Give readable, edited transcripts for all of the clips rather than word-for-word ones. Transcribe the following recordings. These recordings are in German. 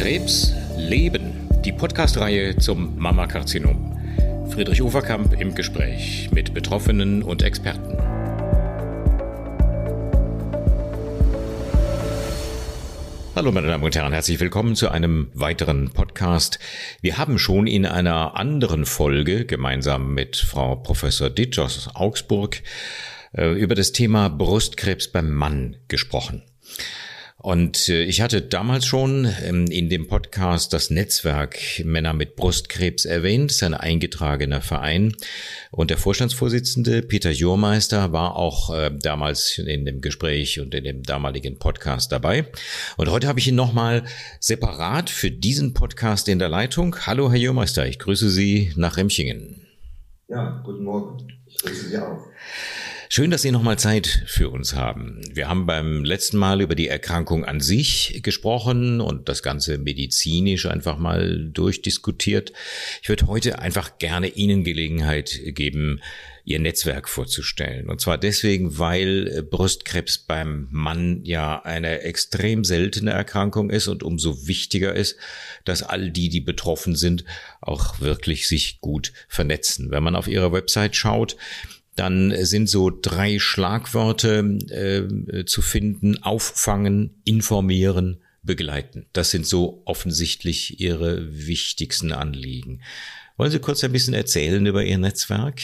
Krebs leben, die Podcast-Reihe zum Mammakarzinom. Friedrich Uferkamp im Gespräch mit Betroffenen und Experten. Hallo meine Damen und Herren, herzlich willkommen zu einem weiteren Podcast. Wir haben schon in einer anderen Folge gemeinsam mit Frau Professor Ditsch aus Augsburg über das Thema Brustkrebs beim Mann gesprochen. Und ich hatte damals schon in dem Podcast das Netzwerk Männer mit Brustkrebs erwähnt, ist ein eingetragener Verein. Und der Vorstandsvorsitzende Peter Jurmeister war auch damals in dem Gespräch und in dem damaligen Podcast dabei. Und heute habe ich ihn nochmal separat für diesen Podcast in der Leitung. Hallo Herr Jurmeister, ich grüße Sie nach Remchingen. Ja, guten Morgen. Ich grüße Sie auch. Schön, dass Sie nochmal Zeit für uns haben. Wir haben beim letzten Mal über die Erkrankung an sich gesprochen und das Ganze medizinisch einfach mal durchdiskutiert. Ich würde heute einfach gerne Ihnen Gelegenheit geben, Ihr Netzwerk vorzustellen. Und zwar deswegen, weil Brustkrebs beim Mann ja eine extrem seltene Erkrankung ist und umso wichtiger ist, dass all die betroffen sind, auch wirklich sich gut vernetzen. Wenn man auf Ihrer Website schaut, dann sind so 3 Schlagworte zu finden: auffangen, informieren, begleiten. Das sind so offensichtlich Ihre wichtigsten Anliegen. Wollen Sie kurz ein bisschen erzählen über Ihr Netzwerk?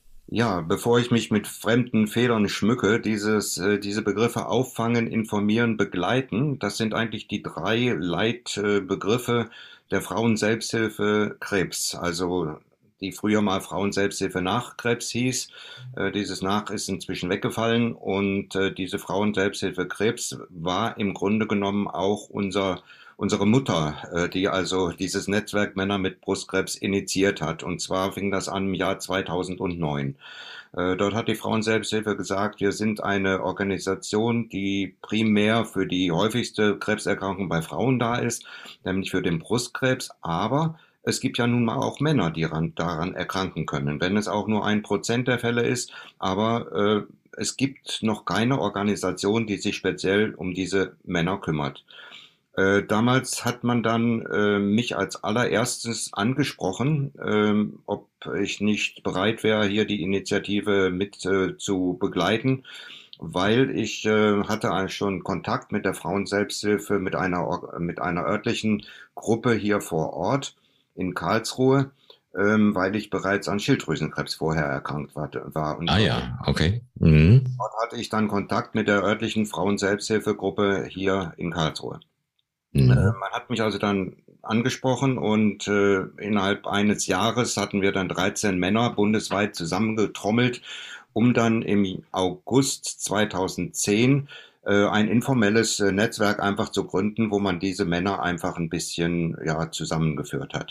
Ja, bevor ich mich mit fremden Federn schmücke, diese Begriffe auffangen, informieren, begleiten, das sind eigentlich die 3 Leitbegriffe der Frauenselbsthilfe Krebs. Also die früher mal Frauenselbsthilfe nach Krebs hieß. Dieses nach ist inzwischen weggefallen und diese Frauenselbsthilfe Krebs war im Grunde genommen auch unsere Mutter, die also dieses Netzwerk Männer mit Brustkrebs initiiert hat. Und zwar fing das an im Jahr 2009. Dort hat die Frauenselbsthilfe gesagt, wir sind eine Organisation, die primär für die häufigste Krebserkrankung bei Frauen da ist, nämlich für den Brustkrebs, aber es gibt ja nun mal auch Männer, die daran erkranken können, wenn es auch nur 1% der Fälle ist. Aber es gibt noch keine Organisation, die sich speziell um diese Männer kümmert. Damals hat man dann mich als allererstes angesprochen, ob ich nicht bereit wäre, hier die Initiative mit zu begleiten, weil ich hatte eigentlich schon Kontakt mit der Frauenselbsthilfe, mit einer örtlichen Gruppe hier vor Ort in Karlsruhe, weil ich bereits an Schilddrüsenkrebs vorher erkrankt war. Und ja, okay. Mhm. Dort hatte ich dann Kontakt mit der örtlichen Frauenselbsthilfegruppe hier in Karlsruhe. Mhm. Man hat mich also dann angesprochen und innerhalb eines Jahres hatten wir dann 13 Männer bundesweit zusammengetrommelt, um dann im August 2010 ein informelles Netzwerk einfach zu gründen, wo man diese Männer einfach ein bisschen zusammengeführt hat.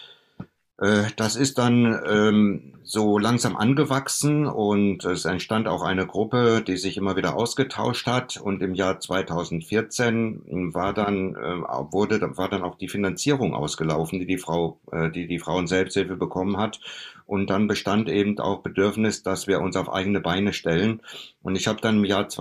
Das ist dann so langsam angewachsen und es entstand auch eine Gruppe, die sich immer wieder ausgetauscht hat. Und im Jahr 2014 war dann auch die Finanzierung ausgelaufen, die die Frauenselbsthilfe bekommen hat. Und dann bestand eben auch Bedürfnis, dass wir uns auf eigene Beine stellen. Und ich habe dann im Jahr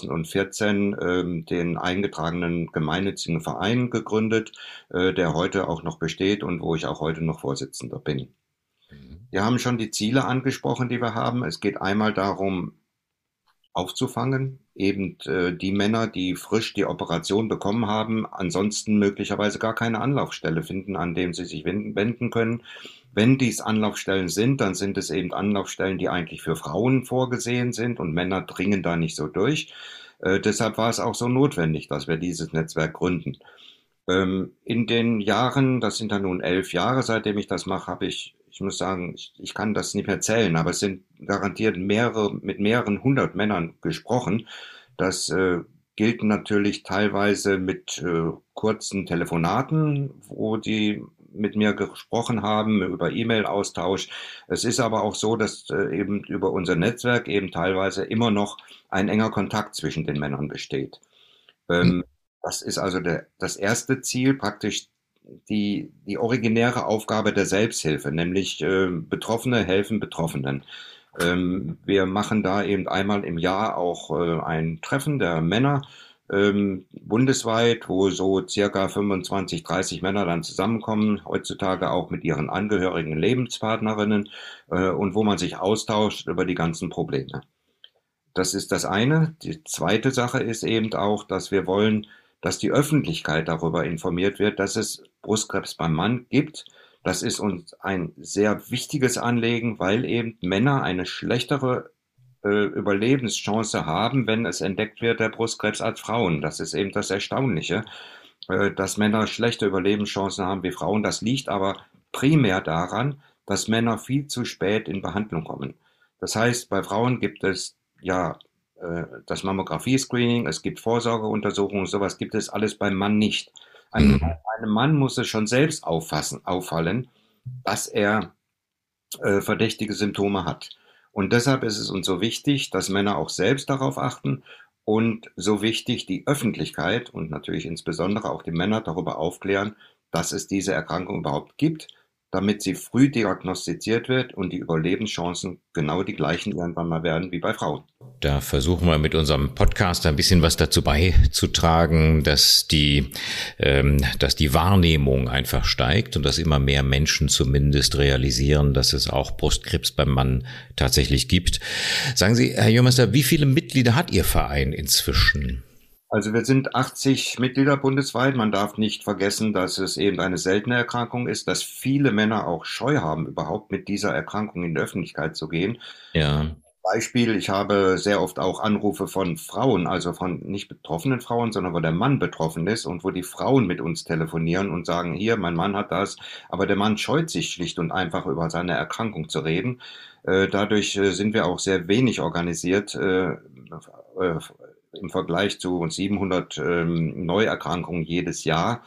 2014 den eingetragenen gemeinnützigen Verein gegründet, der heute auch noch besteht und wo ich auch heute noch Vorsitzender bin. Wir haben schon die Ziele angesprochen, die wir haben. Es geht einmal darum, aufzufangen, eben die Männer, die frisch die Operation bekommen haben, ansonsten möglicherweise gar keine Anlaufstelle finden, an dem sie sich wenden können. Wenn dies Anlaufstellen sind, dann sind es eben Anlaufstellen, die eigentlich für Frauen vorgesehen sind und Männer dringen da nicht so durch. Deshalb war es auch so notwendig, dass wir dieses Netzwerk gründen. In den Jahren, das sind dann nun 11 Jahre, seitdem ich das mache, habe ich muss sagen, ich kann das nicht mehr zählen, aber es sind garantiert mit mehreren 100 Männern gesprochen. Das gilt natürlich teilweise mit kurzen Telefonaten, wo die mit mir gesprochen haben, über E-Mail-Austausch. Es ist aber auch so, dass eben über unser Netzwerk eben teilweise immer noch ein enger Kontakt zwischen den Männern besteht. Das ist also das erste Ziel, praktisch die originäre Aufgabe der Selbsthilfe, nämlich Betroffene helfen Betroffenen. Wir machen da eben einmal im Jahr auch ein Treffen der Männer, bundesweit, wo so circa 25, 30 Männer dann zusammenkommen, heutzutage auch mit ihren angehörigen Lebenspartnerinnen, und wo man sich austauscht über die ganzen Probleme. Das ist das eine. Die zweite Sache ist eben auch, dass wir wollen, dass die Öffentlichkeit darüber informiert wird, dass es Brustkrebs beim Mann gibt. Das ist uns ein sehr wichtiges Anliegen, weil eben Männer eine schlechtere Überlebenschance haben, wenn es entdeckt wird, der Brustkrebs, als Frauen. Das ist eben das Erstaunliche, dass Männer schlechte Überlebenschancen haben wie Frauen. Das liegt aber primär daran, dass Männer viel zu spät in Behandlung kommen. Das heißt, bei Frauen gibt es ja das Mammographie-Screening, es gibt Vorsorgeuntersuchungen, sowas gibt es alles beim Mann nicht. Einem Mann muss es schon selbst auffallen, dass er verdächtige Symptome hat. Und deshalb ist es uns so wichtig, dass Männer auch selbst darauf achten und so wichtig, die Öffentlichkeit und natürlich insbesondere auch die Männer darüber aufklären, dass es diese Erkrankung überhaupt gibt, damit sie früh diagnostiziert wird und die Überlebenschancen genau die gleichen irgendwann mal werden wie bei Frauen. Da versuchen wir mit unserem Podcast ein bisschen was dazu beizutragen, dass die Wahrnehmung einfach steigt und dass immer mehr Menschen zumindest realisieren, dass es auch Brustkrebs beim Mann tatsächlich gibt. Sagen Sie, Herr Jürmeister, wie viele Mitglieder hat Ihr Verein inzwischen? Also wir sind 80 Mitglieder bundesweit. Man darf nicht vergessen, dass es eben eine seltene Erkrankung ist, dass viele Männer auch Scheu haben, überhaupt mit dieser Erkrankung in die Öffentlichkeit zu gehen. Ja. Beispiel, ich habe sehr oft auch Anrufe von Frauen, also von nicht betroffenen Frauen, sondern wo der Mann betroffen ist und wo die Frauen mit uns telefonieren und sagen, hier, mein Mann hat das, aber der Mann scheut sich schlicht und einfach über seine Erkrankung zu reden. Dadurch sind wir auch sehr wenig organisiert im Vergleich zu 700 Neuerkrankungen jedes Jahr.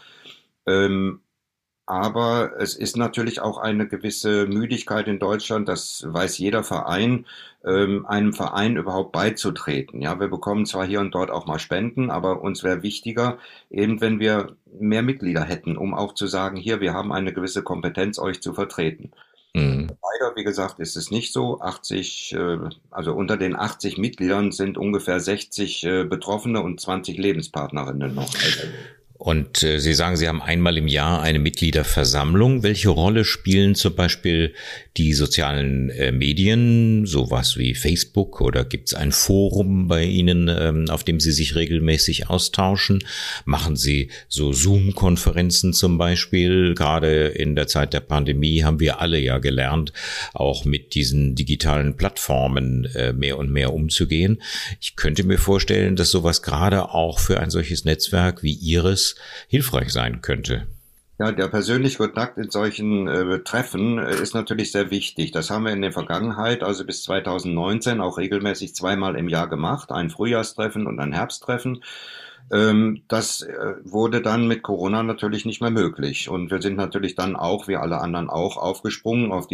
Aber es ist natürlich auch eine gewisse Müdigkeit in Deutschland, das weiß jeder Verein, einem Verein überhaupt beizutreten. Ja, wir bekommen zwar hier und dort auch mal Spenden, aber uns wäre wichtiger, eben wenn wir mehr Mitglieder hätten, um auch zu sagen, hier, wir haben eine gewisse Kompetenz, euch zu vertreten. Leider, wie gesagt, ist es nicht so. Also unter den 80 Mitgliedern sind ungefähr 60 Betroffene und 20 Lebenspartnerinnen noch. Und Sie sagen, Sie haben einmal im Jahr eine Mitgliederversammlung. Welche Rolle spielen zum Beispiel die sozialen Medien, sowas wie Facebook, oder gibt es ein Forum bei Ihnen, auf dem Sie sich regelmäßig austauschen? Machen Sie so Zoom-Konferenzen zum Beispiel? Gerade in der Zeit der Pandemie haben wir alle ja gelernt, auch mit diesen digitalen Plattformen mehr und mehr umzugehen. Ich könnte mir vorstellen, dass sowas gerade auch für ein solches Netzwerk wie Ihres hilfreich sein könnte. Ja, der persönliche Kontakt in solchen Treffen ist natürlich sehr wichtig. Das haben wir in der Vergangenheit, also bis 2019, auch regelmäßig zweimal im Jahr gemacht. Ein Frühjahrstreffen und ein Herbsttreffen. Das wurde dann mit Corona natürlich nicht mehr möglich. Und wir sind natürlich dann auch, wie alle anderen auch, aufgesprungen auf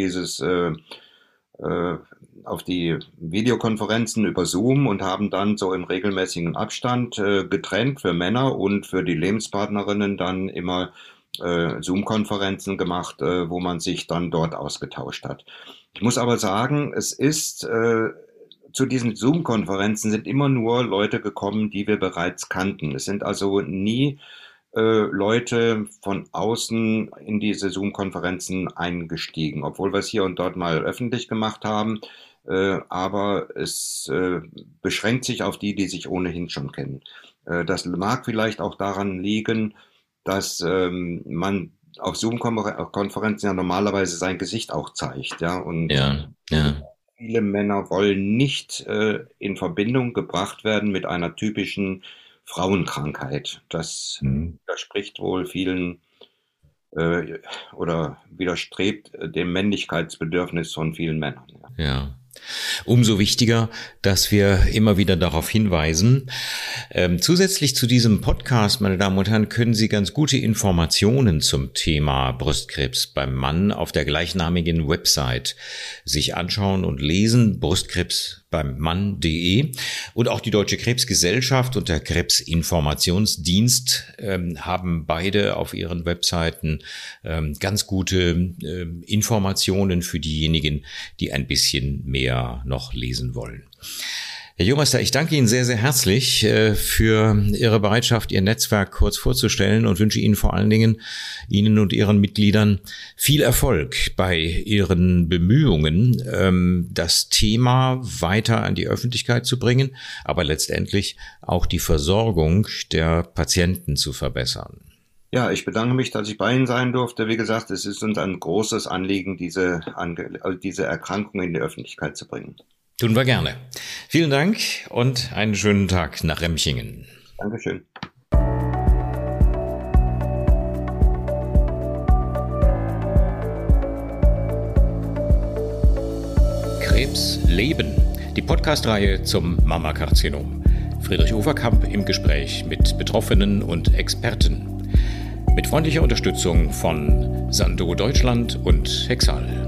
auf die Videokonferenzen über Zoom und haben dann so im regelmäßigen Abstand getrennt für Männer und für die Lebenspartnerinnen dann immer Zoom-Konferenzen gemacht, wo man sich dann dort ausgetauscht hat. Ich muss aber sagen, es ist zu diesen Zoom-Konferenzen sind immer nur Leute gekommen, die wir bereits kannten. Es sind also nie Leute von außen in diese Zoom-Konferenzen eingestiegen, obwohl wir es hier und dort mal öffentlich gemacht haben. Aber es beschränkt sich auf die, die sich ohnehin schon kennen. Das mag vielleicht auch daran liegen, dass man auf Zoom-Konferenzen ja normalerweise sein Gesicht auch zeigt. Ja? Und viele Männer wollen nicht in Verbindung gebracht werden mit einer typischen Frauenkrankheit. Das widerspricht wohl vielen oder widerstrebt dem Männlichkeitsbedürfnis von vielen Männern. Ja. Umso wichtiger, dass wir immer wieder darauf hinweisen. Zusätzlich zu diesem Podcast, meine Damen und Herren, können Sie ganz gute Informationen zum Thema Brustkrebs beim Mann auf der gleichnamigen Website sich anschauen und lesen, brustkrebsbeimmann.de. Und auch die Deutsche Krebsgesellschaft und der Krebsinformationsdienst haben beide auf ihren Webseiten ganz gute Informationen für diejenigen, die ein bisschen mehr noch lesen wollen. Herr Jurmeister, ich danke Ihnen sehr, sehr herzlich für Ihre Bereitschaft, Ihr Netzwerk kurz vorzustellen und wünsche Ihnen vor allen Dingen, Ihnen und Ihren Mitgliedern, viel Erfolg bei Ihren Bemühungen, das Thema weiter an die Öffentlichkeit zu bringen, aber letztendlich auch die Versorgung der Patienten zu verbessern. Ja, ich bedanke mich, dass ich bei Ihnen sein durfte. Wie gesagt, es ist uns ein großes Anliegen, diese Erkrankung in die Öffentlichkeit zu bringen. Tun wir gerne. Vielen Dank und einen schönen Tag nach Remchingen. Dankeschön. Krebs leben. Die Podcast-Reihe zum Mammakarzinom. Friedrich Overkamp im Gespräch mit Betroffenen und Experten. Mit freundlicher Unterstützung von Sandoz Deutschland und Hexal.